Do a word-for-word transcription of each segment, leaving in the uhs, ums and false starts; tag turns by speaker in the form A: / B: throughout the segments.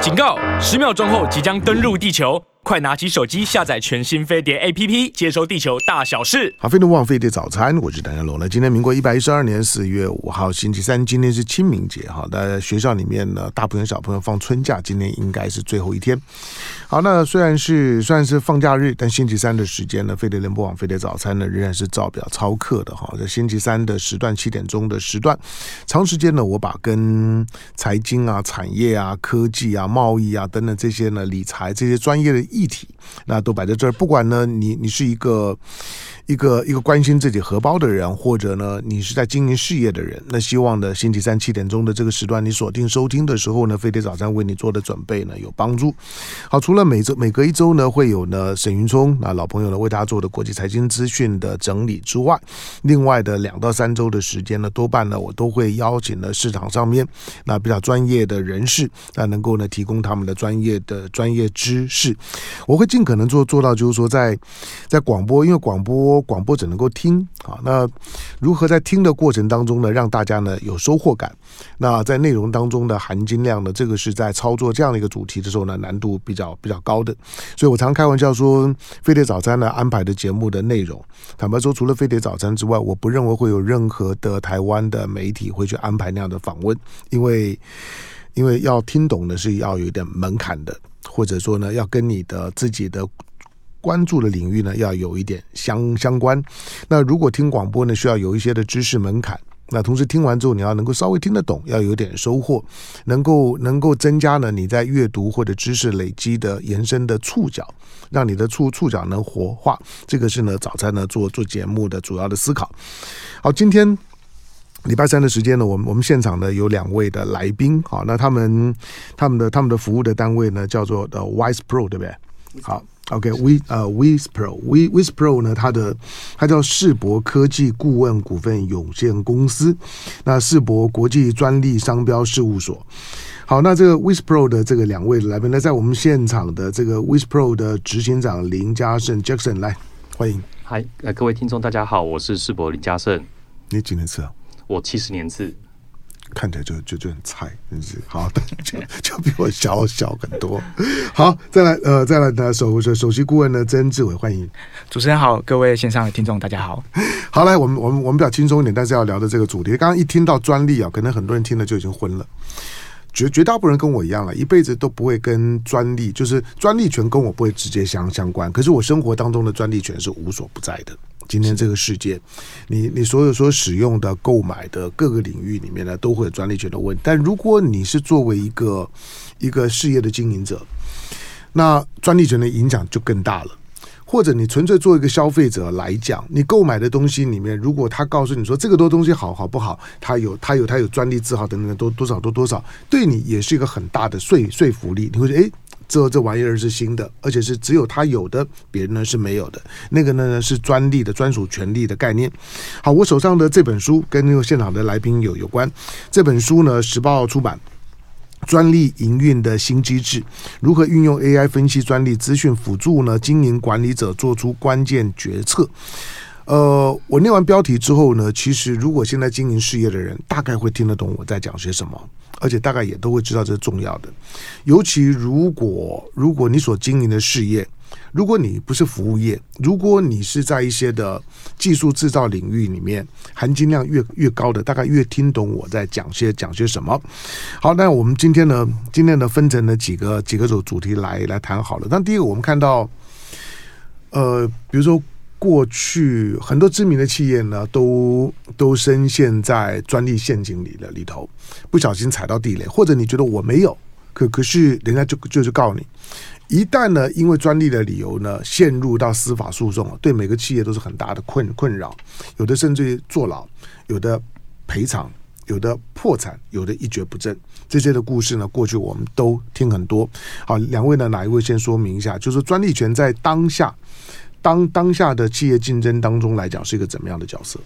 A: 警告！十秒钟后即将登陆地球，快拿起手机下载全新飞碟 A P P， 接收地球大小事。
B: 好，飞碟网飞碟早餐，我是谭家龙。那今天民国一百一十二年四月五号星期三，今天是清明节哈。在学校里面呢，大部分小朋友放春假，今天应该是最后一天。好，那虽然是虽然是放假日，但星期三的时间呢，飞碟联播网飞碟早餐呢仍然是照表操课的哈。在星期三的时段七点钟的时段，长时间呢，我把跟财经啊、产业啊、科技啊、贸易啊等等这些呢理财这些专业的议题，那都摆在这儿。不管呢你你是一个一个一个关心自己荷包的人，或者呢你是在经营事业的人，那希望呢星期三七点钟的这个时段，你锁定收听的时候呢，飞碟早餐为你做的准备呢有帮助。好，除了每周每隔一周呢会有呢沈云聪那老朋友呢为大家做的国际财经资讯的整理之外，另外的两到三周的时间呢，多半呢我都会邀请了市场上面那比较专业的人士，那能够呢提供他们的专业的专业知识。我会尽可能做做到，就是说在在广播，因为广播广播只能够听啊，那如何在听的过程当中呢，让大家呢有收获感？那在内容当中的含金量呢，这个是在操作这样的一个主题的时候呢，难度比较比较高的。所以我常开玩笑说，飞碟早餐呢安排的节目的内容，坦白说，除了飞碟早餐之外，我不认为会有任何的台湾的媒体会去安排那样的访问，因为因为要听懂的是要有一点门槛的，或者说呢，要跟你的自己的关注的领域呢要有一点相相关。那如果听广播呢，需要有一些的知识门槛。那同时听完之后，你要能够稍微听得懂，要有点收获，能够能够增加呢你在阅读或者知识累积的延伸的触角，让你的触触角能活化。这个是呢早餐呢做做节目的主要的思考。好，今天礼拜三的时间呢，我们我们现场呢有两位的来宾，好，那他们他们的他们的服务的单位呢叫做的 Wise Pro， 对不对？好。OK，We 呃 Wise Pro，We Wise Pro 呢，它的它叫世博科技顾问股份有限公司，那世博国际专利商标事务所。好，那这个 Wise Pro 的这个两位来宾呢，在我们现场的这个 Wise Pro 的执行长林嘉盛 Jackson 来欢迎。
C: 嗨，呃，各位听众大家好，我是世博林嘉盛。
B: 你几年次啊？
C: 我七十年次。
B: 看起来就就就很菜，真是好，就就比我小小很多。好，再来呃，再来呢，首首席顾问呢，曾志伟，欢迎。
D: 主持人好，各位线上的听众大家好。
B: 好，来，我们我们我们比较轻松一点，但是要聊的这个主题，刚刚一听到专利啊，可能很多人听了就已经昏了。绝绝大部分人跟我一样了，一辈子都不会跟专利，就是专利权跟我不会直接相相关。可是我生活当中的专利权是无所不在的。今天这个世界，你你所有所使用的、购买的各个领域里面呢，都会有专利权的问题。但如果你是作为一个一个事业的经营者，那专利权的影响就更大了。或者你纯粹做一个消费者来讲，你购买的东西里面，如果他告诉你说这个多东西好好不好，他有他有他有专利字号等等多多少多多少，对你也是一个很大的说说服力。你会觉得，哎，这这玩意儿是新的，而且是只有他有的，别人呢是没有的。那个呢是专利的专属权利的概念。好，我手上的这本书跟那个现场的来宾有有关。这本书呢，时报出版。专利营运的新机制，如何运用 A I 分析专利资讯辅助呢经营管理者做出关键决策？呃，我念完标题之后呢，其实如果现在经营事业的人，大概会听得懂我在讲些什么，而且大概也都会知道这是重要的。尤其如果如果你所经营的事业，如果你不是服务业，如果你是在一些的技术制造领域里面，含金量越越高的，大概越听懂我在讲些讲些什么。好，那我们今天呢，今天呢分成了几个几个主主题来来谈好了。那第一个，我们看到，呃，比如说过去很多知名的企业呢，都都深陷在专利陷阱里的里头，不小心踩到地雷，或者你觉得我没有，可可是人家就就是告你。一旦呢，因为专利的理由呢，陷入到司法诉讼，对每个企业都是很大的困困扰，有的甚至于坐牢，有的赔偿，有的破产，有的一蹶不振。这些的故事呢，过去我们都听很多。好，两位呢，哪一位先说明一下？就是专利权在当下当当下的企业竞争当中来讲，是一个怎么样的角色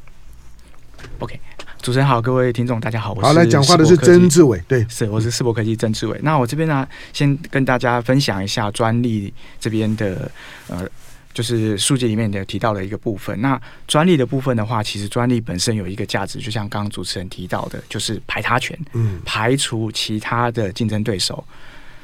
D: ？OK。主持人好，各位听众大家好，我是
B: 好，来讲话的是曾志伟，对，
D: 是我是世博科技曾志伟。那我这边呢，先跟大家分享一下专利这边的呃，就是书籍里面的提到的一个部分。那专利的部分的话，其实专利本身有一个价值，就像刚刚主持人提到的，就是排他权，嗯，排除其他的竞争对手。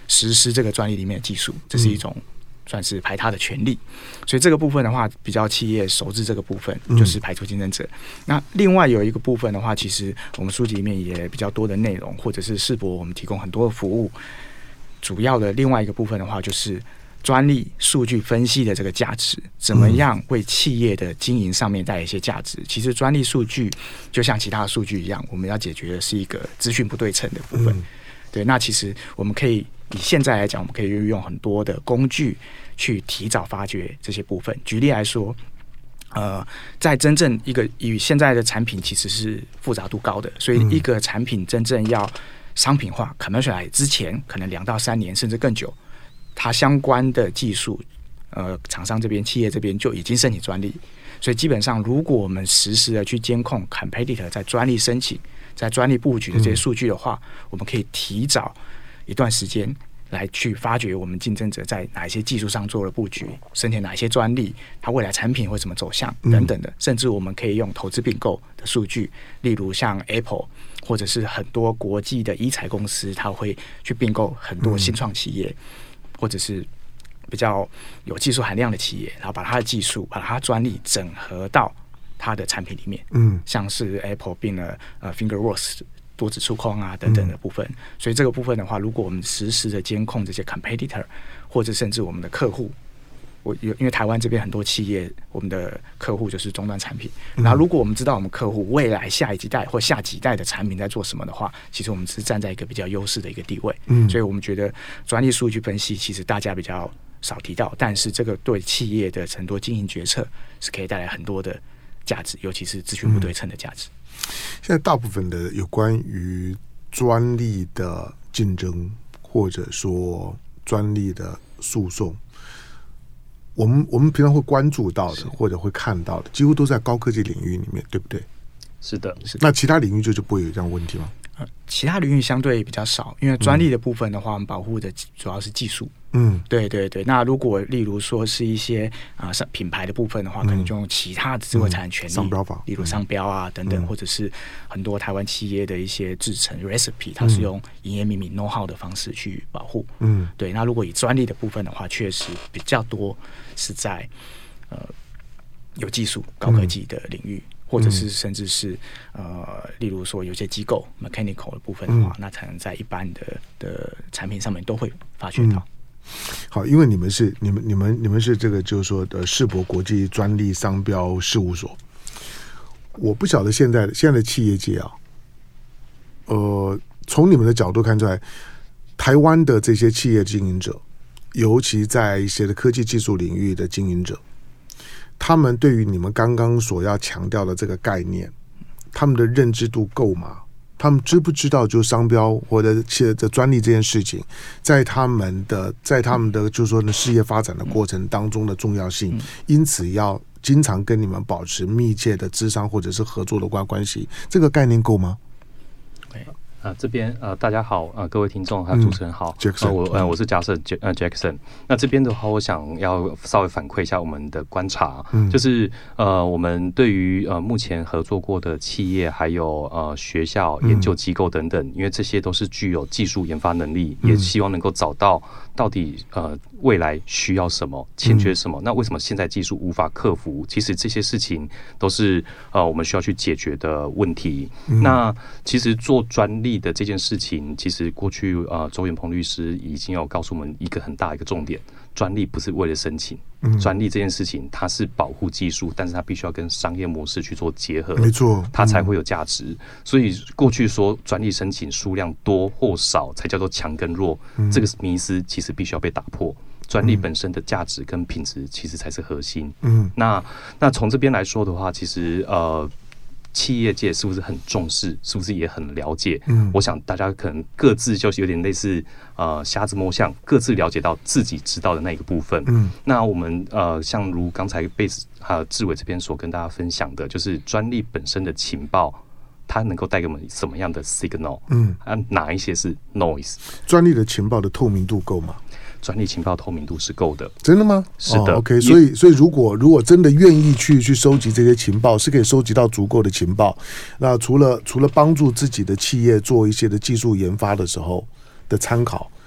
D: 实施这个专利里面的技术，这是一种算是排他的权利。所以这个部分的话，比较企业熟知这个部分，就是排除竞争者。嗯、那另外有一个部分的话，其实我们书籍里面也比较多的内容，或者是世博我们提供很多的服务。主要的另外一个部分的话，就是专利数据分析的这个价值，怎么样为企业的经营上面带来一些价值？其实专利数据就像其他的数据一样，我们要解决的是一个资讯不对称的部分。嗯、对，那其实我们可以以现在来讲，我们可以运用很多的工具去提早发掘这些部分。举例来说，呃，在真正一个以现在的产品其实是复杂度高的，所以一个产品真正要商品化 commercialize 之前，可能两到三年甚至更久，它相关的技术，呃，厂商这边、企业这边就已经申请专利。所以基本上，如果我们实时的去监控 competitor 在专利申请、在专利布局的这些数据的话，嗯、我们可以提早一段时间来去发掘我们竞争者在哪一些技术上做了布局，申请哪一些专利，它未来产品会怎么走向等等的。嗯、甚至我们可以用投资并购的数据，例如像 Apple。或者是很多国际的医材公司，它会去并购很多新创企业，嗯、或者是比较有技术含量的企业，然后把它的技术、把它的专利整合到它的产品里面。嗯，像是 Apple 并了呃 Fingerworks 多指触控啊等等的部分。嗯、所以这个部分的话，如果我们实时的监控这些 competitor， 或者甚至我们的客户。我因为台湾这边很多企业，我们的客户就是终端产品。然后，如果我们知道我们客户未来下一季代或下几代的产品在做什么的话，其实我们是站在一个比较优势的一个地位。嗯，所以我们觉得专利数据分析其实大家比较少提到，但是这个对企业的很多经营决策是可以带来很多的价值，尤其是资讯不对称的价值。
B: 嗯、现在大部分的有关于专利的竞争，或者说专利的诉讼。我们我们平常会关注到的，或者会看到的，几乎都在高科技领域里面，对不对？
C: 是的，是的。
B: 那其他领域就就不会有这样的问题吗？
D: 呃，其他领域相对比较少，因为专利的部分的话，我们保护的主要是技术。嗯，对对对。那如果例如说是一些啊、呃、品牌的部分的话，可能就用其他的智慧财产权利，
B: 嗯、商标法，
D: 例如商标啊、嗯、等等，或者是很多台湾企业的一些制成 recipe， 它是用营业秘密 know how 的方式去保护。嗯，对。那如果以专利的部分的话，确实比较多是在呃有技术、高科技的领域。嗯，或者是甚至是呃，例如说有些机构 mechanical 的部分的话，嗯、那可能在一般的的产品上面都会发掘到。
B: 嗯、好，因为你们是你们你们你们是这个就是说的世博国际专利商标事务所，我不晓得现在现在的企业界啊，呃，从你们的角度看出来，台湾的这些企业经营者，尤其在一些的科技技术领域的经营者。他们对于你们刚刚所要强调的这个概念，他们的认知度够吗？他们知不知道就商标或者企业的专利这件事情，在他们的在他们的就是说呢事业发展的过程当中的重要性，因此要经常跟你们保持密切的咨商或者是合作的关关系，这个概念够吗？
C: 呃，这边呃，大家好，呃，各位听众还有主持人好，
B: 嗯
C: 呃、我呃我是嘉盛呃 Jackson。那这边的话，我想要稍微反馈一下我们的观察，嗯、就是呃，我们对于呃目前合作过的企业，还有呃学校、研究机构等等，嗯、因为这些都是具有技术研发能力，嗯、也希望能够找到到底呃未来需要什么、欠缺什么，嗯、那为什么现在技术无法克服？其实这些事情都是呃我们需要去解决的问题。嗯、那其实做专利的这件事情，其实过去呃，周元鹏律师已经有告诉我们一个很大一个重点：专利不是为了申请，嗯、专利这件事情它是保护技术，但是它必须要跟商业模式去做结合，
B: 没错，
C: 它才会有价值。嗯、所以过去说专利申请数量多或少才叫做强跟弱，嗯、这个迷思其实必须要被打破。专利本身的价值跟品质其实才是核心。嗯，那那从这边来说的话，其实呃。企业界是不是很重视？是不是也很了解？嗯，我想大家可能各自就是有点类似呃瞎子摸象，各自了解到自己知道的那个部分。嗯，那我们呃像如刚才贝斯还有志伟这边所跟大家分享的，就是专利本身的情报，它能够带给我们什么样的 signal？ 嗯，啊，哪一些是 noise？
B: 专利的情报的透明度够吗？
C: 专利情报透明度是够的，
B: 真的吗？
C: 是的。
B: 哦、OK， 所以所以如果如果真的愿意去去收集这些情报，是可以收集到足够的情报。那除了除了帮助自己的企业做一些的技术研发的时候的参考，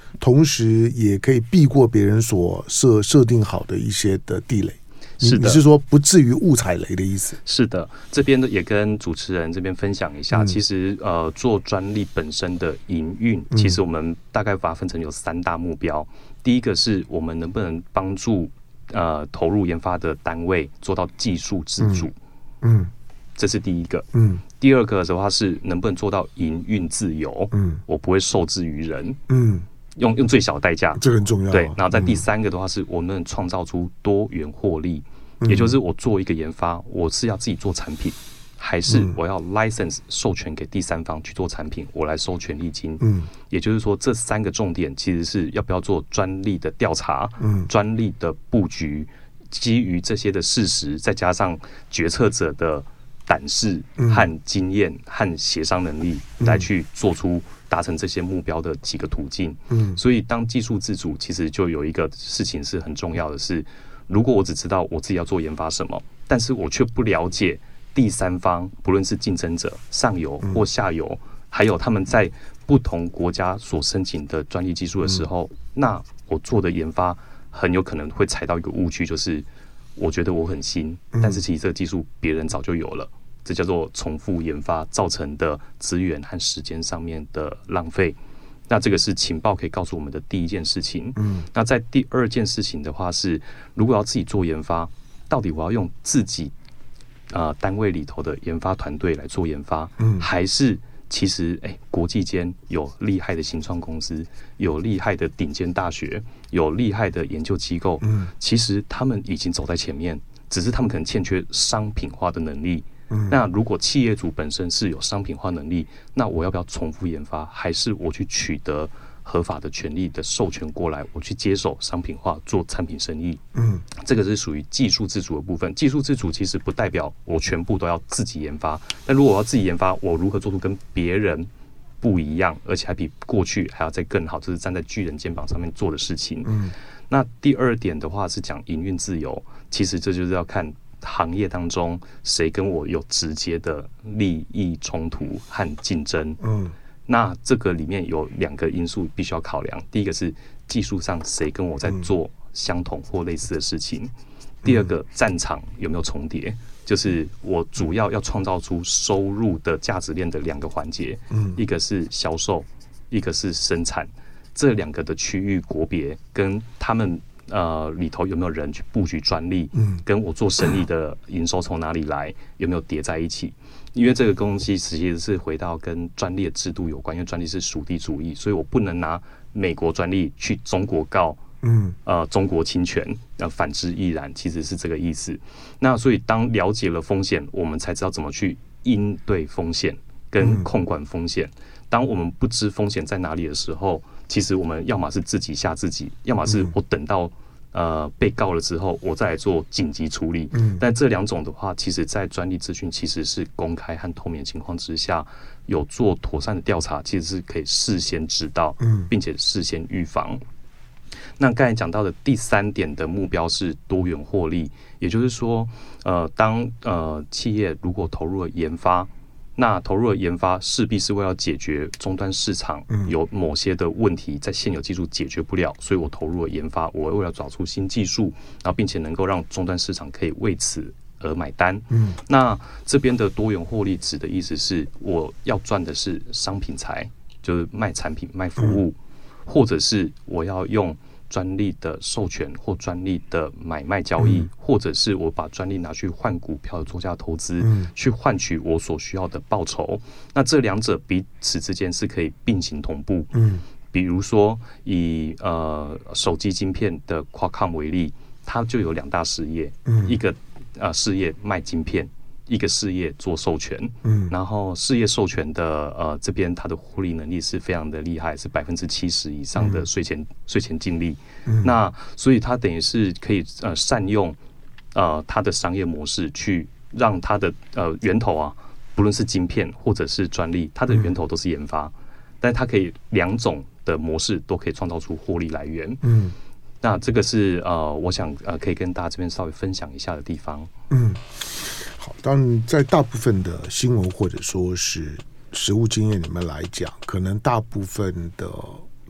B: 同时也可以避过别人所设设定好的一些的地雷。
C: 是的，
B: 你是说不至于误踩雷的意思？
C: 是的，这边也跟主持人这边分享一下。嗯、其实呃，做专利本身的营运，嗯、其实我们大概把它分成有三大目标。第一个是我们能不能帮助呃投入研发的单位做到技术自主，嗯，嗯这是第一个。嗯，第二个的话是能不能做到营运自由，嗯，我不会受制于人，嗯。用用最小的代价，
B: 这个很重要。
C: 对，然后在第三个的话，是我们能创造出多元获利，嗯、也就是我做一个研发，我是要自己做产品，还是我要 license 授权给第三方去做产品，我来收权利金。嗯，也就是说，这三个重点其实是要不要做专利的调查，嗯，专利的布局，基于这些的事实，再加上决策者的胆识和经验和协商能力，嗯、来去做出达成这些目标的几个途径。嗯，所以当技术自主，其实就有一个事情是很重要的是，如果我只知道我自己要做研发什么，但是我却不了解第三方，不论是竞争者、上游或下游，还有他们在不同国家所申请的专利技术的时候，嗯、那我做的研发很有可能会踩到一个误区，就是我觉得我很新，但是其实这个技术别人早就有了。这叫做重复研发造成的资源和时间上面的浪费。那这个是情报可以告诉我们的第一件事情。嗯，那在第二件事情的话是，如果要自己做研发，到底我要用自己呃单位里头的研发团队来做研发，嗯，还是其实哎国际间有厉害的新创公司，有厉害的顶尖大学，有厉害的研究机构，嗯，其实他们已经走在前面，只是他们可能欠缺商品化的能力。那如果企业主本身是有商品化能力，那我要不要重复研发，还是我去取得合法的权利的授权过来，我去接手商品化做产品生意？嗯，这个是属于技术自主的部分。技术自主其实不代表我全部都要自己研发，但如果我要自己研发，我如何做出跟别人不一样，而且还比过去还要再更好，这是站在巨人肩膀上面做的事情。嗯，那第二点的话是讲营运自由，其实这就是要看行业当中谁跟我有直接的利益冲突和竞争。嗯，那这个里面有两个因素必须要考量，第一个是技术上谁跟我在做相同或类似的事情，嗯、第二个战场有没有重叠，就是我主要要创造出收入的价值链的两个环节，嗯，一个是销售，一个是生产，这两个的区域国别跟他们呃，里头有没有人去布局专利？嗯，跟我做生意的营收从哪里来，有没有叠在一起？因为这个东西其实是回到跟专利的制度有关，因为专利是属地主义，所以我不能拿美国专利去中国告，嗯，呃，中国侵权，呃，反之亦然，其实是这个意思。那所以当了解了风险，我们才知道怎么去应对风险跟控管风险。当我们不知风险在哪里的时候，其实我们要么是自己吓自己，要么是我等到呃被告了之后，我再来做紧急处理。嗯，但这两种的话，其实在专利资讯其实是公开和透明的情况之下，有做妥善的调查，其实是可以事先知道，嗯，并且事先预防。那刚才讲到的第三点的目标是多元获利，也就是说，呃，当呃企业如果投入了研发。那投入的研发势必是为了解决终端市场有某些的问题，在现有技术解决不了，所以我投入了研发，我为了找出新技术，然后并且能够让终端市场可以为此而买单。嗯，那这边的多元获利指的意思是，我要赚的是商品财，就是卖产品、卖服务，或者是我要用专利的授权或专利的买卖交易，嗯、或者是我把专利拿去换股票的作价投资，嗯、去换取我所需要的报酬。那这两者彼此之间是可以并行同步。嗯，比如说以呃手机晶片的 Qualcomm 为例，它就有两大事业，嗯、一个呃事业卖晶片。一个事业做授权，嗯，然后事业授权的呃这边它的获利能力是非常的厉害，是百分之七十以上的税前税前净利，嗯，那所以它等于是可以呃善用呃它的商业模式去让它的呃源头啊，不论是晶片或者是专利，它的源头都是研发，嗯、但它可以两种的模式都可以创造出获利来源，嗯，那这个是呃我想呃可以跟大家这边稍微分享一下的地方，
B: 嗯。好，当然在大部分的新闻或者说是实务经验里面来讲，可能大部分的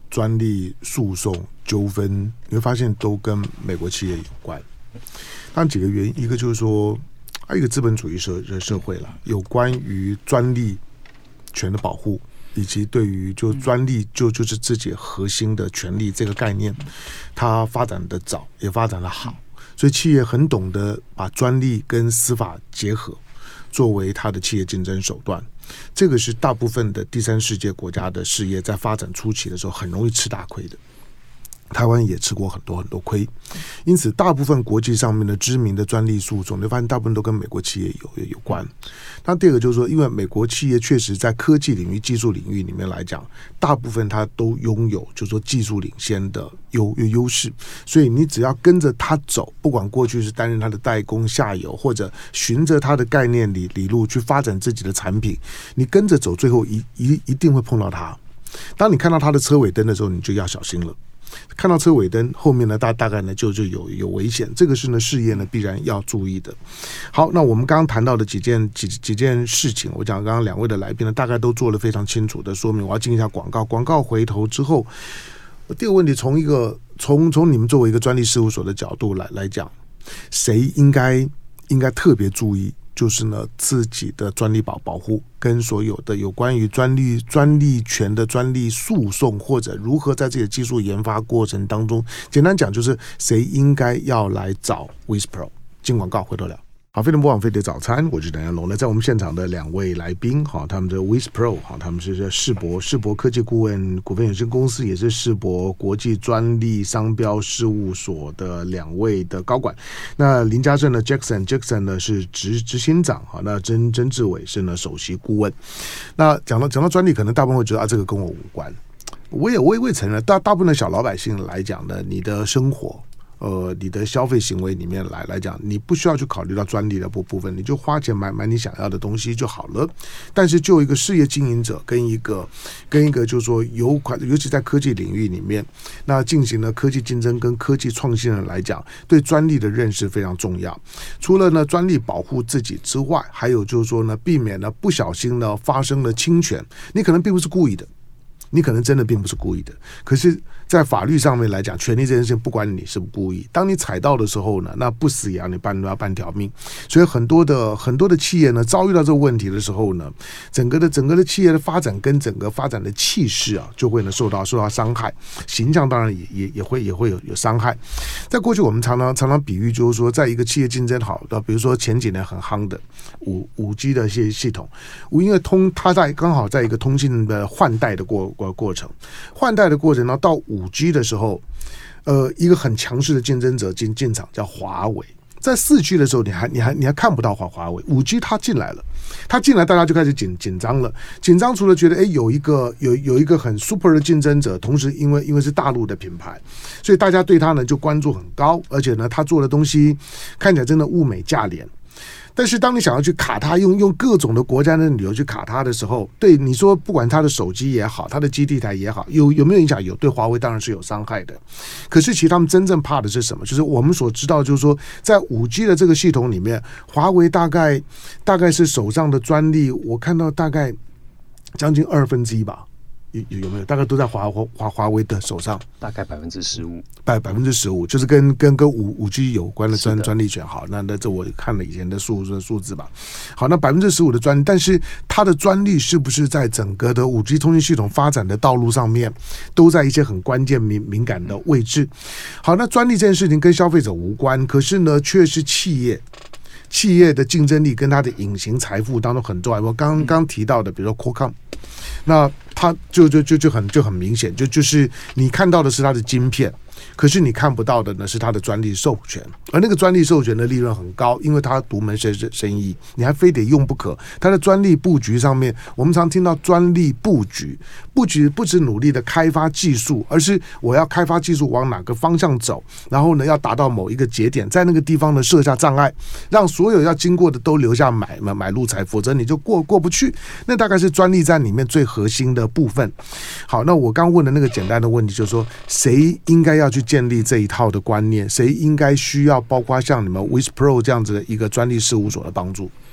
B: 专利诉讼纠纷，你会发现都跟美国企业有关。当然几个原因，一个就是说，还有一个资本主义社社会了，有关于专利权的保护，以及对于就专利就就是自己核心的权利这个概念，它发展的早，也发展的好，所以企业很懂得把专利跟司法结合，作为它的企业竞争手段。这个是大部分的第三世界国家的事业在发展初期的时候很容易吃大亏的。台湾也吃过很多很多亏，因此大部分国际上面的知名的专利诉讼，你发现大部分都跟美国企业有有关。那第二个就是说，因为美国企业确实在科技领域、技术领域里面来讲，大部分它都拥有就是说技术领先的优优势，所以你只要跟着它走，不管过去是担任它的代工下游，或者循着它的概念理理路去发展自己的产品，你跟着走，最后一一一定会碰到它。当你看到它的车尾灯的时候，你就要小心了。看到车尾灯后面呢，大大概呢就就有有危险，这个是呢事业呢必然要注意的。好，那我们刚刚谈到的几件几几件事情，我讲刚刚两位的来宾呢，大概都做了非常清楚的说明。我要进一下广告，广告回头之后，第二个问题，从一个从从你们作为一个专利事务所的角度来来讲，谁应该应该特别注意？就是呢，自己的专利保保护跟所有的有关于专利专利权的专利诉讼，或者如何在自己的技术研发过程当中，简单讲就是谁应该要来找 WISPro。进广告回头聊。好，飞碟播网飞碟早餐，我是邓彦龙。那在我们现场的两位来宾，好，他们的 WISPro， 好，他们是世博世博科技顾问股份有限公司，也是世博国际专利商标事务所的两位的高管。那林家正呢 ，Jackson Jackson 呢是执执行长，好，那曾曾志伟是呢首席顾问。那讲到讲到专利，可能大部分会觉得啊，这个跟我无关。我也我也会承认，大大部分的小老百姓来讲呢，你的生活。呃，你的消费行为里面来来讲，你不需要去考虑到专利的部部分，你就花钱买买你想要的东西就好了。但是就一个事业经营者跟一个跟一个就是说有款，尤其在科技领域里面，那进行了科技竞争跟科技创新人来讲，对专利的认识非常重要。除了呢专利保护自己之外，还有就是说呢，避免呢不小心呢发生了侵权，你可能并不是故意的。你可能真的并不是故意的，可是在法律上面来讲，权利这件事情不管你是不是故意，当你踩到的时候呢，那不死也要你半要半条命。所以很多的很多的企业呢，遭遇到这个问题的时候呢，整个的整个的企业的发展跟整个发展的气势啊，就会呢受到受到伤害，形象当然也也也会也会有有伤害。在过去我们常常常常比喻，就是说，在一个企业竞争好的，比如说前几年很夯的五五 G 的系系统，因为通它在刚好在一个通信的换代的过。过程换代的过程呢，到五 G 的时候，呃，一个很强势的竞争者进进场叫华为。在四 G 的时候，你还你还你还看不到华华为，五 G 它进来了，它进来大家就开始紧紧张了。紧张除了觉得哎有一个有有一个很 super 的竞争者，同时因为因为是大陆的品牌，所以大家对它呢就关注很高，而且呢它做的东西看起来真的物美价廉。但是当你想要去卡它，用用各种的国家的理由去卡它的时候，对你说，不管它的手机也好，它的基地台也好，有有没有影响？有，对华为当然是有伤害的。可是其实他们真正怕的是什么？就是我们所知道，就是说，在五 G 的这个系统里面，华为大概大概是手上的专利，我看到大概将近二分之一吧。有有没有？大概都在华华华为的手上，
C: 大概百分之十五，
B: 百百分之十五，就是跟跟跟五五 G 有关的专专利权。好，那那这我看了以前的数数字吧。好，那百分之十五的专利，但是它的专利是不是在整个的五 G 通信系统发展的道路上面，都在一些很关键敏敏感的位置？好，那专利这件事情跟消费者无关，可是呢，却是企业。企业的竞争力跟它的隐形财富当中很重要。我刚刚提到的，比如说 Qualcomm， 那它就就就就很就很明显，就就是你看到的是它的晶片，可是你看不到的呢是它的专利授权，而那个专利授权的利润很高，因为它独门生生意，你还非得用不可。它的专利布局上面，我们常听到专利布局，布局不只努力的开发技术，而是我要开发技术往哪个方向走，然后呢要达到某一个节点，在那个地方呢设下障碍，让所有要经过的都留下买买路财，否则你就过过不去。那大概是专利战里面最核心的部分。好，那我刚问的那个简单的问题就是说，谁应该要去建立这一套的观念？谁应该需要包括像你们 WISPro 这样子的一个专利事务所的帮助？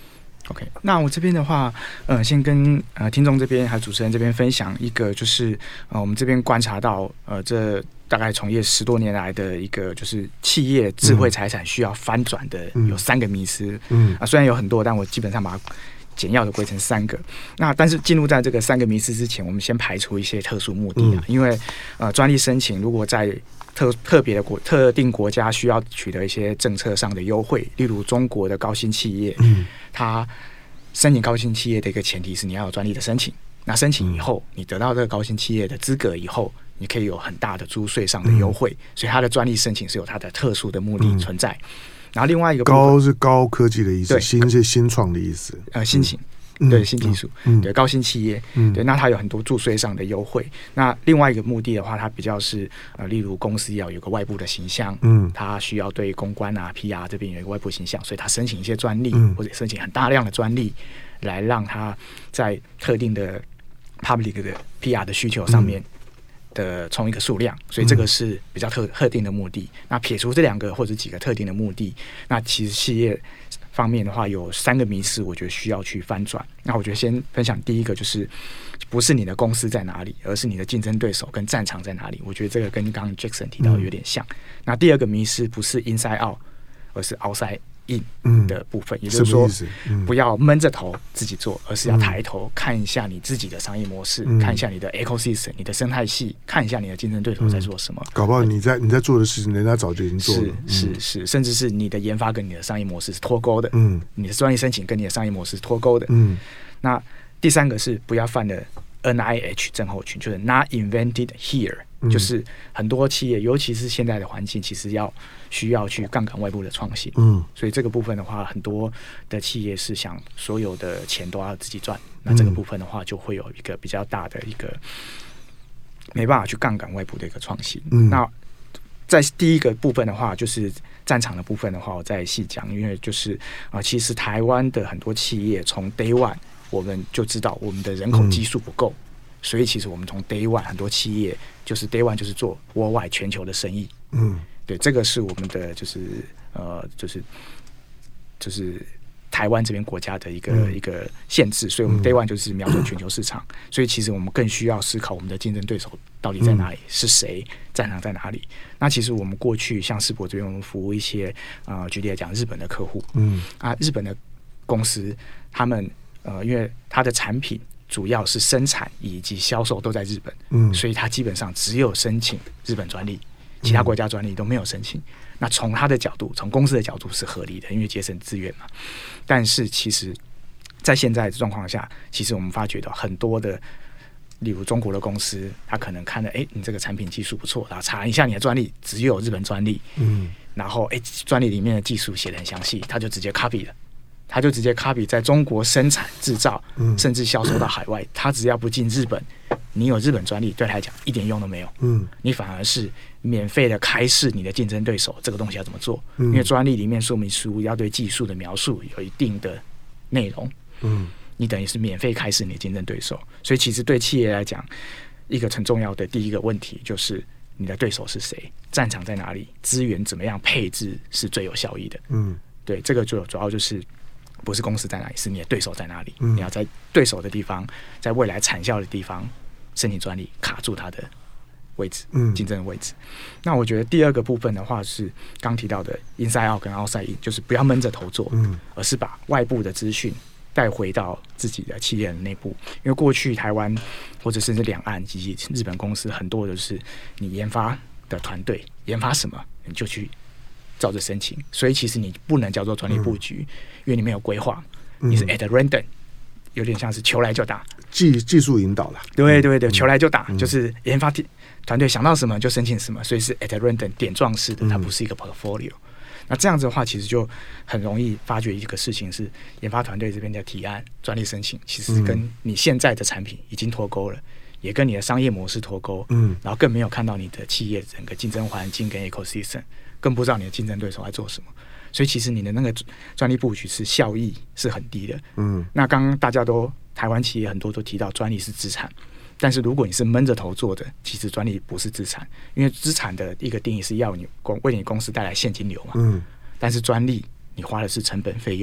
D: OK， 那我这边的话，呃，先跟呃听众这边还有主持人这边分享一个，就是呃我们这边观察到，呃这大概从业十多年来的一个，就是企业智慧财产需要翻转的有三个迷思，嗯啊，虽然有很多，但我基本上把它简要的归成三个。那但是进入在这个三个迷思之前，我们先排除一些特殊目的啊，嗯、因为呃专利申请如果在特特别的国特定国家需要取得一些政策上的优惠，例如中国的高新企业，嗯，它申请高新企业的一个前提是你要有专利的申请。那申请以后，你得到这个高新企业的资格以后，你可以有很大的租税上的优惠，嗯、所以它的专利申请是有它的特殊的目的存在。嗯、然后另外一个
B: 高是高科技的意思，新是新创的意思，
D: 呃，新型。嗯对新技术，嗯、对高新企业，嗯、对，那它有很多注税上的优惠。那另外一个目的的话，它比较是呃，例如公司要有个外部的形象，嗯，它需要对公关啊、P R 这边有一个外部形象，所以它申请一些专利，嗯、或者申请很大量的专利，来让它在特定的 public 的 P R 的需求上面的冲一个数量，所以这个是比较特特定的目的。那撇除这两个或者几个特定的目的，那其实企业方面的话，有三个迷思，我觉得需要去翻转。那我觉得先分享第一个，就是不是你的公司在哪里，而是你的竞争对手跟战场在哪里。我觉得这个跟刚刚 Jackson 提到的有点像。嗯、那第二个迷思不是 inside out， 而是 outside in 的部分，嗯、也就是说，嗯、不要闷着头自己做，而是要抬头看一下你自己的商业模式，嗯、看一下你的 ecosystem， 你的生态系，看一下你的竞争对手在做什么。嗯、
B: 搞不好你在你在做的事情，人家早就已经做了。
D: 是是是，甚至是你的研发跟你的商业模式是脱钩的。嗯，你的专利申请跟你的商业模式是脱钩的。嗯，那第三个是不要犯的 N I H 症候群，就是 Not Invented Here。嗯、就是很多企业，尤其是现在的环境，其实要需要去杠杆外部的创新。嗯，所以这个部分的话，很多的企业是想所有的钱都要自己赚，那这个部分的话，就会有一个比较大的一个没办法去杠杆外部的一个创新。嗯，那在第一个部分的话，就是战场的部分的话，我再细讲，因为就是啊、呃，其实台湾的很多企业从 Day One 我们就知道我们的人口基数不够。嗯，所以其实我们从 Day One 很多企业就是 Day One 就是做worldwide全球的生意，嗯，对，这个是我们的就是呃就是就是台湾这边国家的一个、嗯、一个限制，所以我们 Day One 就是瞄准全球市场，嗯、所以其实我们更需要思考我们的竞争对手到底在哪里，嗯、是谁，战场在哪里。那其实我们过去像世博这边，我们服务一些呃举例来讲日本的客户，嗯啊日本的公司他们呃因为他的产品主要是生产以及销售都在日本，嗯，所以他基本上只有申请日本专利，其他国家专利都没有申请。嗯、那从他的角度，从公司的角度是合理的，因为节省资源嘛。但是其实，在现在的状况下，其实我们发觉到很多的，例如中国的公司，他可能看了，哎，你这个产品技术不错，然后查一下你的专利，只有日本专利，嗯，然后哎，专利里面的技术写得很详细，他就直接 copy 了。他就直接 copy 在中国生产制造，嗯、甚至销售到海外。他只要不进日本，你有日本专利，对他来讲一点用都没有。嗯，你反而是免费的开示你的竞争对手这个东西要怎么做。嗯、因为专利里面说明书要对技术的描述有一定的内容。嗯，你等于是免费开示你的竞争对手。所以其实对企业来讲，一个很重要的第一个问题就是你的对手是谁，战场在哪里，资源怎么样配置是最有效益的。嗯，对，这个就主要就是。不是公司在哪里，是你的对手在哪里。嗯、你要在对手的地方，在未来产销的地方申请专利，卡住它的位置，竞争的位置。嗯、那我觉得第二个部分的话是刚提到的 inside out 跟 outside in， 就是不要闷着头做，嗯、而是把外部的资讯带回到自己的企业的内部。因为过去台湾或者甚至两岸以及日本公司很多的是你研发的团队研发什么你就去照着申请，所以其实你不能叫做专利布局，嗯、因为你没有规划，你是 at random，有点像是球来就打，
B: 技技术引导了。
D: 对对对，球来就打，嗯、就是研发团队想到什么就申请什么，所以是 at random 点状式的，它不是一个 portfolio。嗯、那这样子的话，其实就很容易发觉一个事情是，研发团队这边的提案、专利申请，其实跟你现在的产品已经脱钩了。也跟你的商业模式脱钩，嗯，然后更没有看到你的企业整个竞争环境跟 ecosystem， 更不知道你的竞争对手在做什么，所以其实你的那个专利布局是效益是很低的，嗯。那刚刚大家都台湾企业很多都提到专利是资产，但是如果你是闷着头做的，其实专利不是资产，因为资产的一个定义是要你为你公司带来现金流嘛，嗯。但是专利你花的是成本费用，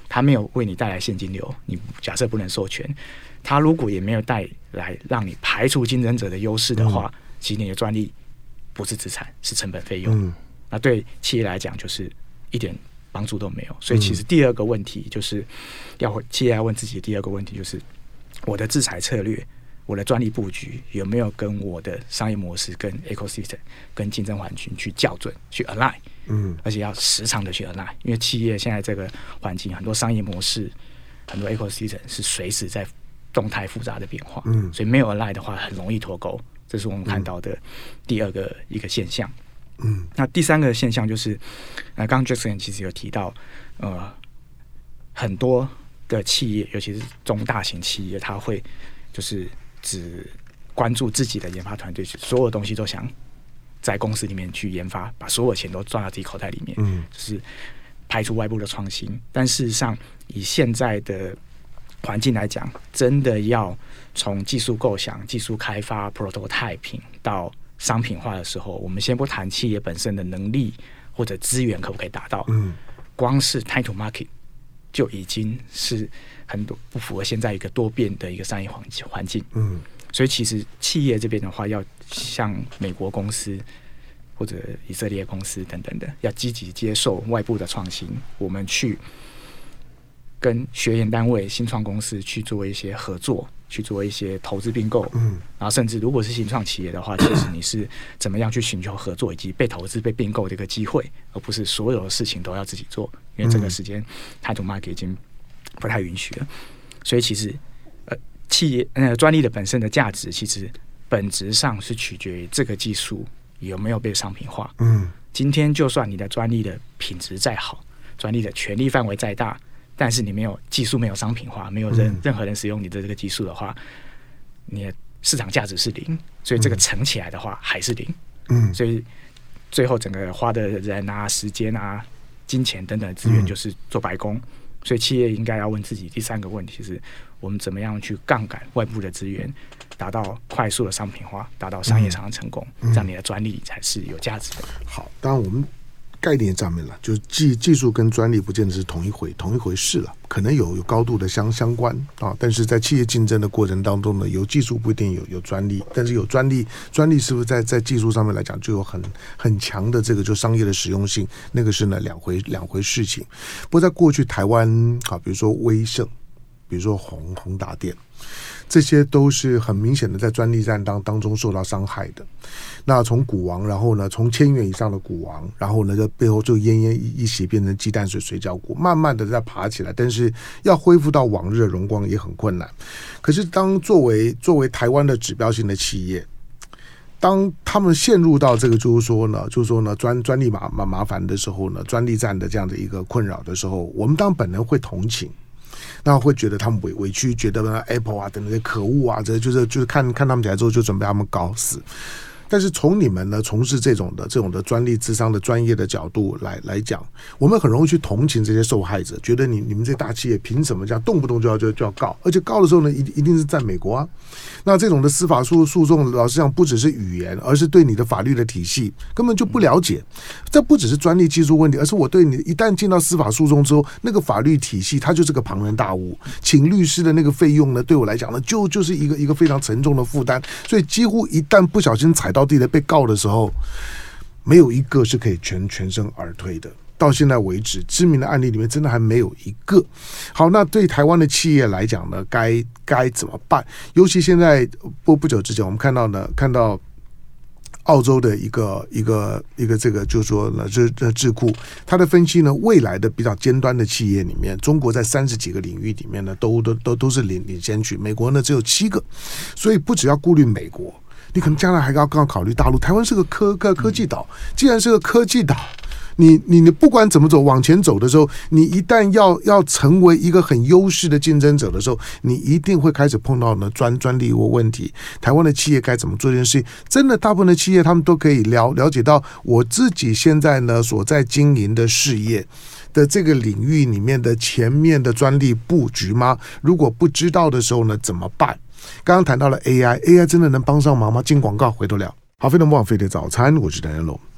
D: 它没有为你带来现金流，你假设不能授权，它如果也没有带来让你排除竞争者的优势的话，嗯、其实你的专利不是资产，是成本费用。嗯、那对企业来讲就是一点帮助都没有。所以其实第二个问题就是要企业要问自己的第二个问题就是，我的制裁策略。我的专利布局有没有跟我的商业模式、跟 ecosystem、跟竞争环境去校准、去 align？ 嗯，而且要时常的去 align， 因为企业现在这个环境，很多商业模式、很多 ecosystem 是随时在动态复杂的变化，嗯，所以没有 align 的话，很容易脱钩。这是我们看到的第二个一个现象。嗯，那第三个现象就是，呃，刚刚 Jackson 其实有提到，呃，很多的企业，尤其是中大型企业，它会就是只关注自己的研发团队，所有东西都想在公司里面去研发，把所有钱都赚到自己口袋里面，嗯，就是排除外部的创新。但事实上，以现在的环境来讲，真的要从技术构想、技术开发、prototyping 到商品化的时候，我们先不谈企业本身的能力或者资源可不可以达到，嗯，光是 time to market 就已经是很多不符合现在一个多变的一个商业环境，嗯，所以其实企业这边的话，要像美国公司或者以色列公司等等的，要积极接受外部的创新，我们去跟学研单位、新创公司去做一些合作，去做一些投资并购，嗯，然后甚至如果是新创企业的话，其实你是怎么样去寻求合作以及被投资、被并购的一个机会，而不是所有的事情都要自己做，因为这个时间 time to market 已经不太允许了。所以其实呃，企业呃专利的本身的价值，其实本质上是取决于这个技术有没有被商品化。嗯，今天就算你的专利的品质再好，专利的权利范围再大，但是你没有技术没有商品化，没有人、嗯、任何人使用你的这个技术的话，你的市场价值是零，所以这个乘起来的话还是零。嗯，所以最后整个花的人啊、时间啊、金钱等等的资源就是做白工。嗯，所以企业应该要问自己第三个问题是：我们怎么样去杠杆外部的资源，达到快速的商品化，达到商业上的成功，嗯、这样你的专利才是有价值的。
B: 好，当然我们概念上面了，就是技技术跟专利不见得是同一回同一回事了，可能有有高度的相相关啊。但是在企业竞争的过程当中呢，有技术不一定有有专利，但是有专利，专利是不是在在技术上面来讲就有很很强的这个就商业的实用性，那个是呢两回两回事情。不过在过去台湾啊，比如说威盛，比如说宏宏达电，这些都是很明显的在专利战当当中受到伤害的。那从股王，然后呢，从千元以上的股王，然后呢，这背后就奄奄一息，变成鸡蛋水水饺股，慢慢的在爬起来，但是要恢复到往日的荣光也很困难。可是当作为作为台湾的指标性的企业，当他们陷入到这个就是说呢，就是说呢专专利麻麻麻烦的时候呢，专利战的这样的一个困扰的时候，我们当然本人会同情。那会觉得他们委委屈，觉得 Apple 啊等等可恶啊，这就是就是看看他们起来之后就准备他们搞死。但是从你们呢从事这种的这种的专利咨商的专业的角度来来讲，我们很容易去同情这些受害者，觉得你你们这大企业凭什么这样动不动就要就就要告，而且告的时候呢，一一定是在美国啊。那这种的司法诉诉讼，老实讲不只是语言，而是对你的法律的体系根本就不了解。这不只是专利技术问题，而是我对你一旦进到司法诉讼之后，那个法律体系它就是个庞然大物，请律师的那个费用呢，对我来讲呢，就就是一个一个非常沉重的负担。所以几乎一旦不小心踩到地雷被告的时候，没有一个是可以全全身而退的。到现在为止，知名的案例里面真的还没有一个。好，那对台湾的企业来讲呢，该该怎么办？尤其现在不不久之前，我们看到呢，看到澳洲的一个一个一个这个，就是说呢，这这智库，它的分析呢，未来的比较尖端的企业里面，中国在三十几个领域里面呢，都都都都是领领先区，美国呢只有七个，所以不只要顾虑美国，你可能将来还要刚考虑大陆。台湾是个科科科技岛，既然是个科技岛，你你你不管怎么走往前走的时候，你一旦要要成为一个很优势的竞争者的时候，你一定会开始碰到呢专专利问题。台湾的企业该怎么做这件事情？真的，大部分的企业他们都可以了了解到，我自己现在呢所在经营的事业的这个领域里面的前面的专利布局吗？如果不知道的时候呢，怎么办？刚刚谈到了 A I，A I 真的能帮上忙吗？进广告回头聊。好，非常不枉费的早餐，我是谭彦龙。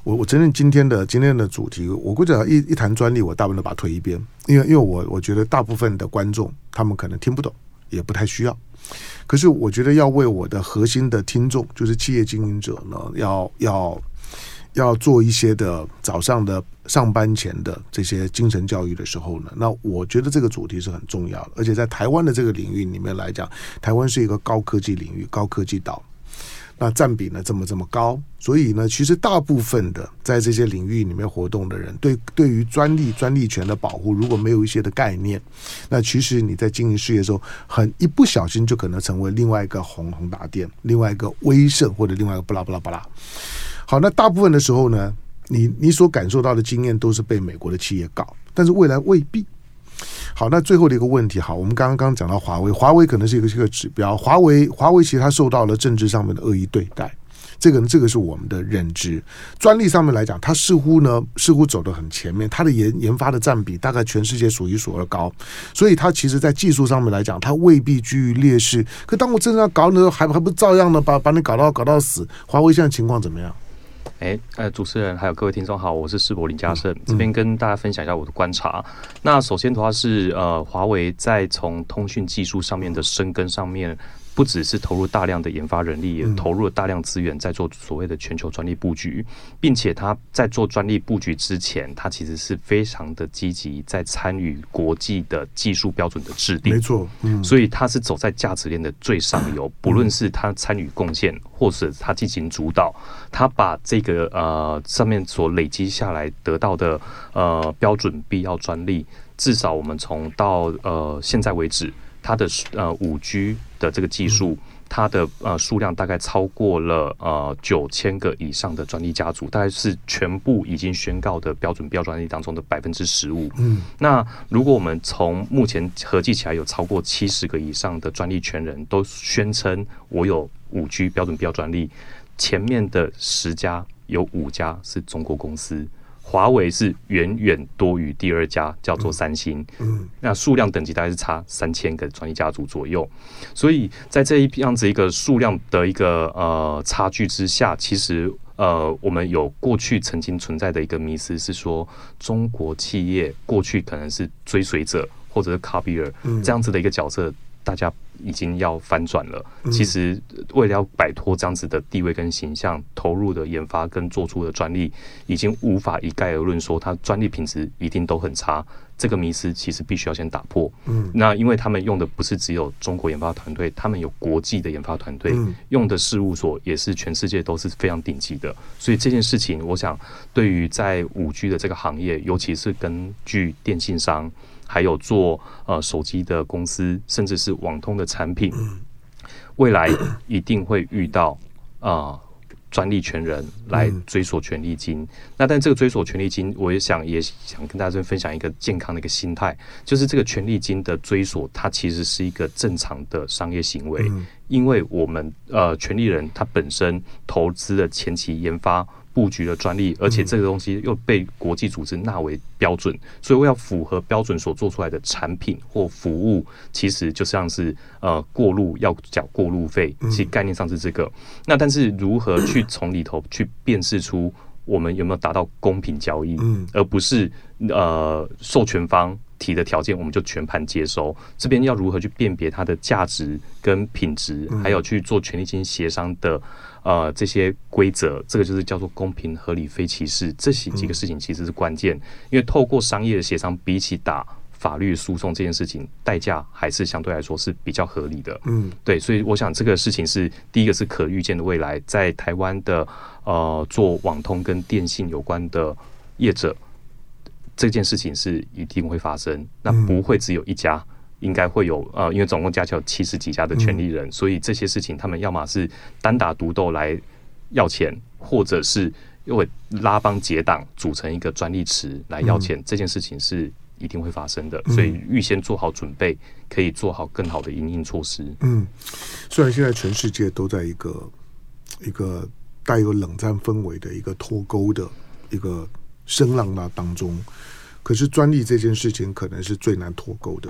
B: 我我承认今天的今天的主题，我估计一一谈专利，我大部分都把它推一边，因为因为我我觉得大部分的观众他们可能听不懂，也不太需要。可是我觉得要为我的核心的听众，就是企业经营者呢，要要要做一些的早上的上班前的这些精神教育的时候呢，那我觉得这个主题是很重要的。而且在台湾的这个领域里面来讲，台湾是一个高科技领域、高科技岛。那占比呢这么这么高，所以呢，其实大部分的在这些领域里面活动的人，对对于专利、专利权的保护，如果没有一些的概念，那其实你在经营事业的时候，很一不小心就可能成为另外一个宏宏达电，另外一个威盛，或者另外一个巴拉巴拉巴拉。好，那大部分的时候呢，你你所感受到的经验都是被美国的企业告，但是未来未必。好，那最后的一个问题，好，我们刚刚刚讲到华为，华为可能是一个这个指标，华为华为其实它受到了政治上面的恶意对待，这个这个是我们的认知。专利上面来讲，它似乎呢似乎走得很前面，它的研研发的占比大概全世界数一数二高，所以它其实在技术上面来讲，它未必居于劣势。可当我真正要搞的时候，还还不照样的把把你搞到搞到死？华为现在情况怎么样？
C: 哎，呃，主持人还有各位听众好，我是世博林嘉盛，这边跟大家分享一下我的观察。那首先的话是，呃，华为在从通讯技术上面的深耕上面，不只是投入大量的研发人力，也投入了大量资源在做所谓的全球专利布局，并且他在做专利布局之前，他其实是非常的积极在参与国际的技术标准的制定。
B: 没错，嗯，
C: 所以他是走在价值链的最上游，不论是他参与贡献，或是他进行主导，他把这个呃上面所累积下来得到的呃标准必要专利，至少我们从到呃现在为止。它的呃五 G 的这个技术，它的呃数量大概超过了呃九千个以上的专利家族，大概是全部已经宣告的标准必要专利当中的百分之十五。嗯，那如果我们从目前合计起来有超过七十个以上的专利权人都宣称我有五 G 标准必要专利，前面的十家有五家是中国公司。华为是远远多于第二家，叫做三星。嗯，那数量等级大概是差三千个专利家族左右，所以在这一样子一个数量的一个呃差距之下，其实呃我们有过去曾经存在的一个迷思是说，中国企业过去可能是追随者或者是 copyer 这样子的一个角色。大家已经要翻转了。其实为了要摆脱这样子的地位跟形象，投入的研发跟做出的专利，已经无法一概而论说它专利品质一定都很差。这个迷思其实必须要先打破。嗯，那因为他们用的不是只有中国研发团队，他们有国际的研发团队，嗯、用的事务所也是全世界都是非常顶级的。所以这件事情，我想对于在五 G 的这个行业，尤其是根据电信商。还有做呃手机的公司，甚至是网通的产品，未来一定会遇到啊专利权人来追索权利金。那但这个追索权利金，我也想也想跟大家分享一个健康的一个心态，就是这个权利金的追索，它其实是一个正常的商业行为，因为我们呃权利人他本身投资的前期研发。布局的专利，而且这个东西又被国际组织纳为标准，所以我要符合标准所做出来的产品或服务，其实就像是呃过路要缴过路费，其实概念上是这个。那但是如何去从里头去辨识出我们有没有达到公平交易，而不是呃授权方提的条件我们就全盘接收？这边要如何去辨别它的价值跟品质，还有去做权利金协商的。呃，这些规则，这个就是叫做公平、合理、非歧视，这几个事情其实是关键。因为透过商业的协商，比起打法律诉讼这件事情，代价还是相对来说是比较合理的。嗯，对，所以我想这个事情是第一个是可预见的未来，在台湾的呃做网通跟电信有关的业者，这件事情是一定会发生，那不会只有一家。应该会有呃，因为总共加起来有七十几家的权利人，嗯、所以这些事情他们要么是单打独斗来要钱，或者是因为拉帮结党组成一个专利池来要钱，嗯、这件事情是一定会发生的。所以预先做好准备，可以做好更好的因应措施。嗯，
B: 虽然现在全世界都在一个一个带有冷战氛围的一个脱钩的一个声浪那当中，可是专利这件事情可能是最难脱钩的。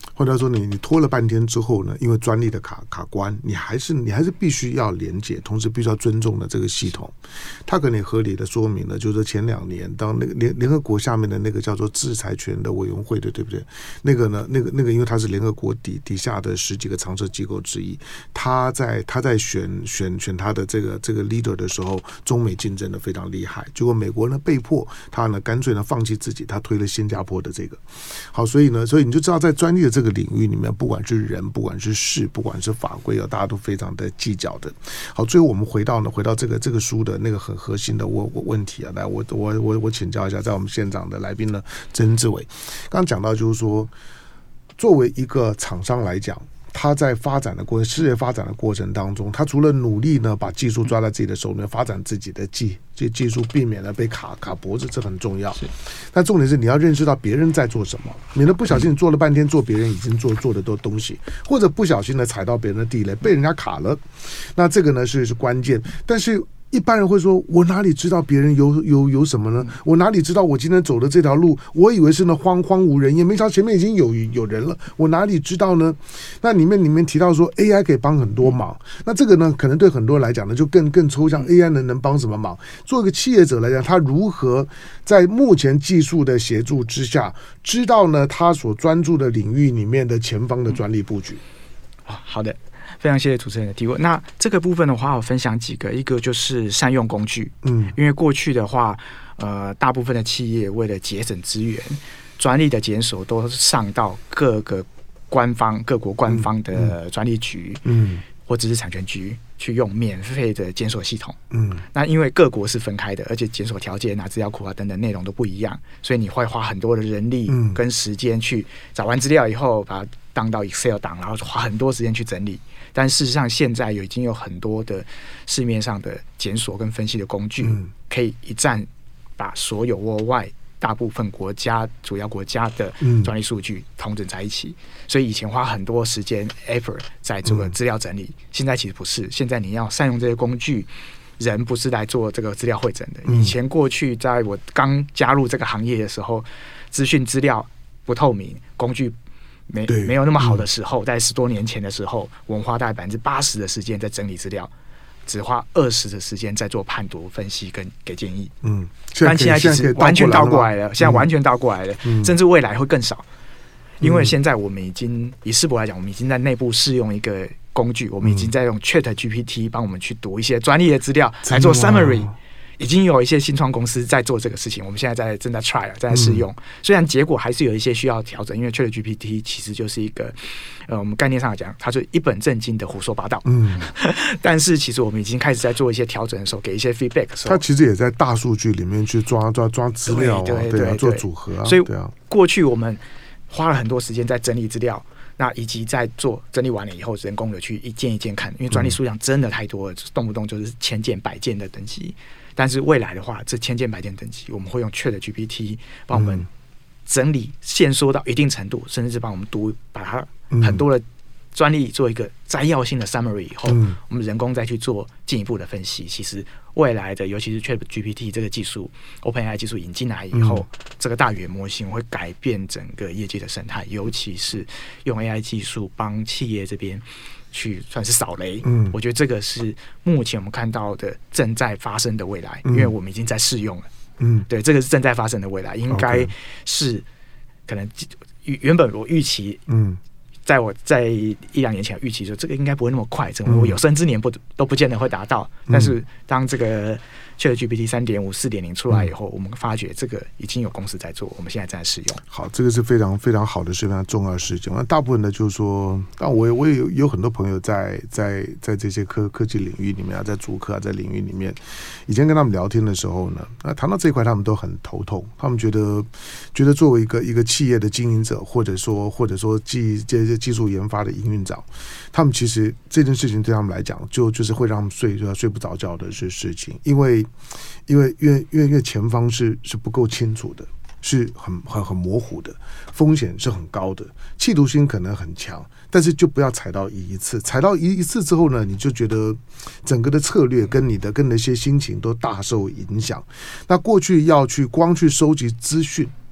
B: 或者说你你拖了半天之后呢，因为专利的卡卡关，你还是你还是必须要连接，同时必须要尊重的这个系统。它可能合理的说明了，就是前两年当那个联联合国下面的那个叫做制裁权的委员会的，对不对？那个呢，那个那个因为它是联合国底底下的十几个常设机构之一，他在他在选选选他的这个这个 leader 的时候，中美竞争的非常厉害，结果美国呢被迫他呢干脆呢放弃自己，他推了新加坡的这个。好，所以呢，所以你就知道在专利的这个领域里面，不管是人，不管是事，不管是法规啊，大家都非常的计较的。好，最后我们回到呢，回到这个这个书的那个很核心的问问题啊，来，我我我我请教一下，在我们现场的来宾呢，曾志伟，刚刚讲到就是说，作为一个厂商来讲，他在发展的过程，事业发展的过程当中，他除了努力呢把技术抓在自己的手里面，发展自己的技技技术，避免了被卡卡脖子，这很重要。但重点是你要认识到别人在做什么，免得不小心你做了半天做别人已经做做的都东西，或者不小心的踩到别人的地雷，被人家卡了。那这个呢是是关键，但是。一般人会说，我哪里知道别人有有有什么呢？我哪里知道我今天走的这条路，我以为是那荒荒无人烟，没想到前面已经有有人了，我哪里知道呢？那里面里面提到说 A I 可以帮很多忙，那这个呢，可能对很多人来讲呢，就更更抽象。A I 能能帮什么忙？作为一个企业者来讲，他如何在目前技术的协助之下，知道呢他所专注的领域里面的前方的专利布局？
D: 啊，好的。非常谢谢主持人的提问。那这个部分的话，我分享几个，一个就是善用工具，嗯，因为过去的话，呃，大部分的企业为了节省资源，专利的检索都上到各个官方、各国官方的专利局，嗯，或知识产权局去用免费的检索系统，嗯，那因为各国是分开的，而且检索条件啊、资料库啊等等内容都不一样，所以你会花很多的人力跟时间去找完资料以后，把它当到 Excel 档，然后花很多时间去整理。但事实上，现在有已经有很多的市面上的检索跟分析的工具，嗯、可以一站把所有国外大部分国家、主要国家的专利数据统整在一起。嗯、所以以前花很多时间 effort 在这个资料整理，嗯、现在其实不是。现在你要善用这些工具，人不是来做这个资料汇整的。嗯、以前过去在我刚加入这个行业的时候，资讯资料不透明，工具。没没有那么好的时候，在十多年前的时候，我们花大概百分之八十的时间在整理资料，只花二十的时间在做判读、分析跟给建议。嗯，但现在其实完全倒过来了，现在完全倒过来了，嗯、甚至未来会更少，因为现在我们已经以世博来讲，我们已经在内部试用一个工具，我们已经在用 Chat G P T 帮我们去读一些专利的资料来做 summary。已经有一些新创公司在做这个事情，我们现在在正在 try 正在试用。嗯、虽然结果还是有一些需要调整，因为 ChatGPT 其实就是一个呃，我们概念上来讲，它就一本正经的胡说八道。嗯，但是其实我们已经开始在做一些调整的时候，给一些 feedback 的时候，
B: 它其实也在大数据里面去抓抓抓资料、啊，
D: 对对
B: 对,
D: 对,
B: 对啊，做组合啊。
D: 所以过去我们花了很多时间在整理资料。那以及在做整理完了以后，人工的去一件一件看，因为专利数量真的太多了，动不动就是千件、百件的等级。但是未来的话，这千件、百件等级，我们会用 Chat G P T 帮我们整理、限缩到一定程度，甚至是帮我们读，把它很多的专利做一个摘要性的 summary 以后，嗯、我们人工再去做进一步的分析。其实未来的，尤其是 Chat G P T 这个技术 ，OpenAI 技术引进来以后，嗯、这个大语言模型会改变整个业界的生态，尤其是用 A I 技术帮企业这边去算是扫雷。嗯，我觉得这个是目前我们看到的正在发生的未来，嗯、因为我们已经在试用了。嗯，对，这个是正在发生的未来，应该是可能原本我预期，嗯。在我在一两年前预期说这个应该不会那么快，整个我有生之年不都不见得会达到。嗯、但是当这个 ChatGPT 三点五、四点零出来以后，嗯、我们发觉这个已经有公司在做，我们现在正在使用。
B: 好，这个是非常非常好的，是非常重要的事情。那大部分的就是说，但我我也有有很多朋友在在在这些科科技领域里面啊，在主科啊，在领域里面，以前跟他们聊天的时候呢，那谈到这一块，他们都很头痛。他们觉得觉得作为一个一个企业的经营者，或者说或者说技这些技术研发的营运长，他们其实这件事情对他们来讲，就就是会让他们睡睡不着觉的是事情，因为因为因为因为因为前方是是不够清楚的，是很很很模糊的，风险是很高的，企图心可能很强，但是就不要踩到一次，踩到一一次之后呢，你就觉得整个的策略跟你的跟那些心情都大受影响。那过去要去光去收集资讯。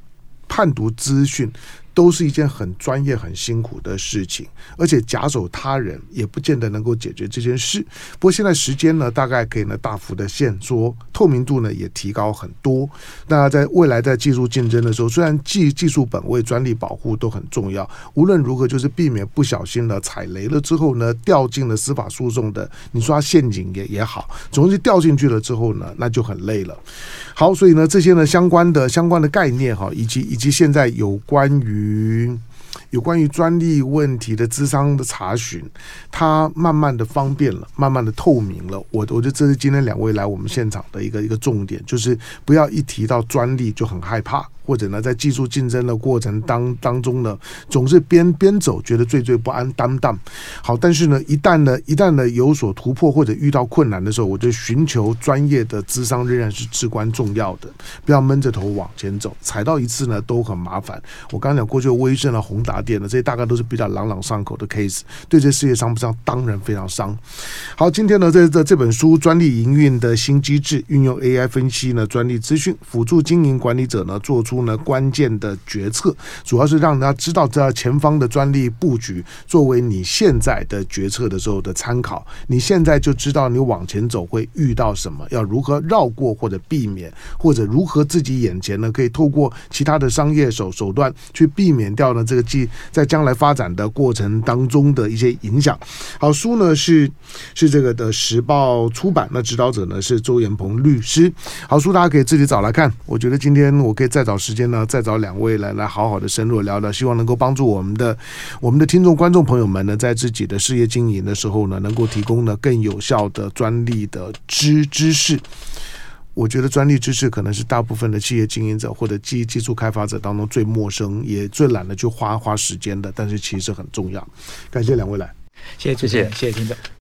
B: 判读资讯都是一件很专业很辛苦的事情，而且假手他人也不见得能够解决这件事。不过现在时间呢大概可以呢大幅的限缩，透明度呢也提高很多。那在未来在技术竞争的时候，虽然技技术本位专利保护都很重要，无论如何就是避免不小心的踩雷了之后呢掉进了司法诉讼的你说它陷阱也也好，总之掉进去了之后呢那就很累了。好，所以呢这些呢相关的相关的概念哈，以及以及现在有关于于有关于专利问题的咨商的查询，它慢慢的方便了，慢慢的透明了。我我觉得这是今天两位来我们现场的一个一个重点，就是不要一提到专利就很害怕，或者呢在技术竞争的过程当当中呢，总是边边走觉得惴惴不安、担当。好，但是呢，一旦呢一旦呢有所突破或者遇到困难的时候，我觉得寻求专业的咨商仍然是至关重要的，不要闷着头往前走，踩到一次呢都很麻烦。我刚刚讲过去的威盛啊、宏达电呢，这些大概都是比较朗朗上口的 case， 对这事业伤不伤？当然非常伤。好，今天呢这这这本书《专利营运的新机制》，运用 A I 分析呢专利资讯，辅助经营管理者呢做出呢关键的决策，主要是让大家知道这前方的专利布局，作为你现在的决策的时候的参考。你现在就知道你往前走会遇到什么，要如何绕过或者避免，或者如何自己眼前呢可以透过其他的商业手手段去避免掉呢这个在将来发展的过程当中的一些影响。好，书呢是是这个的时报出版，那指导者呢是周延鹏律师。好，书大家可以自己找来看。我觉得今天我可以再找时间呢，再找两位来来好好的深入聊聊，希望能够帮助我们的我们的听众观众朋友们呢，在自己的事业经营的时候呢，能够提供呢更有效的专利的知知识。我觉得专利知识可能是大部分的企业经营者或者技技术开发者当中最陌生，也最懒得去花花时间的，但是其实很重要。感谢两位来，
D: 谢谢主持人，谢谢听众。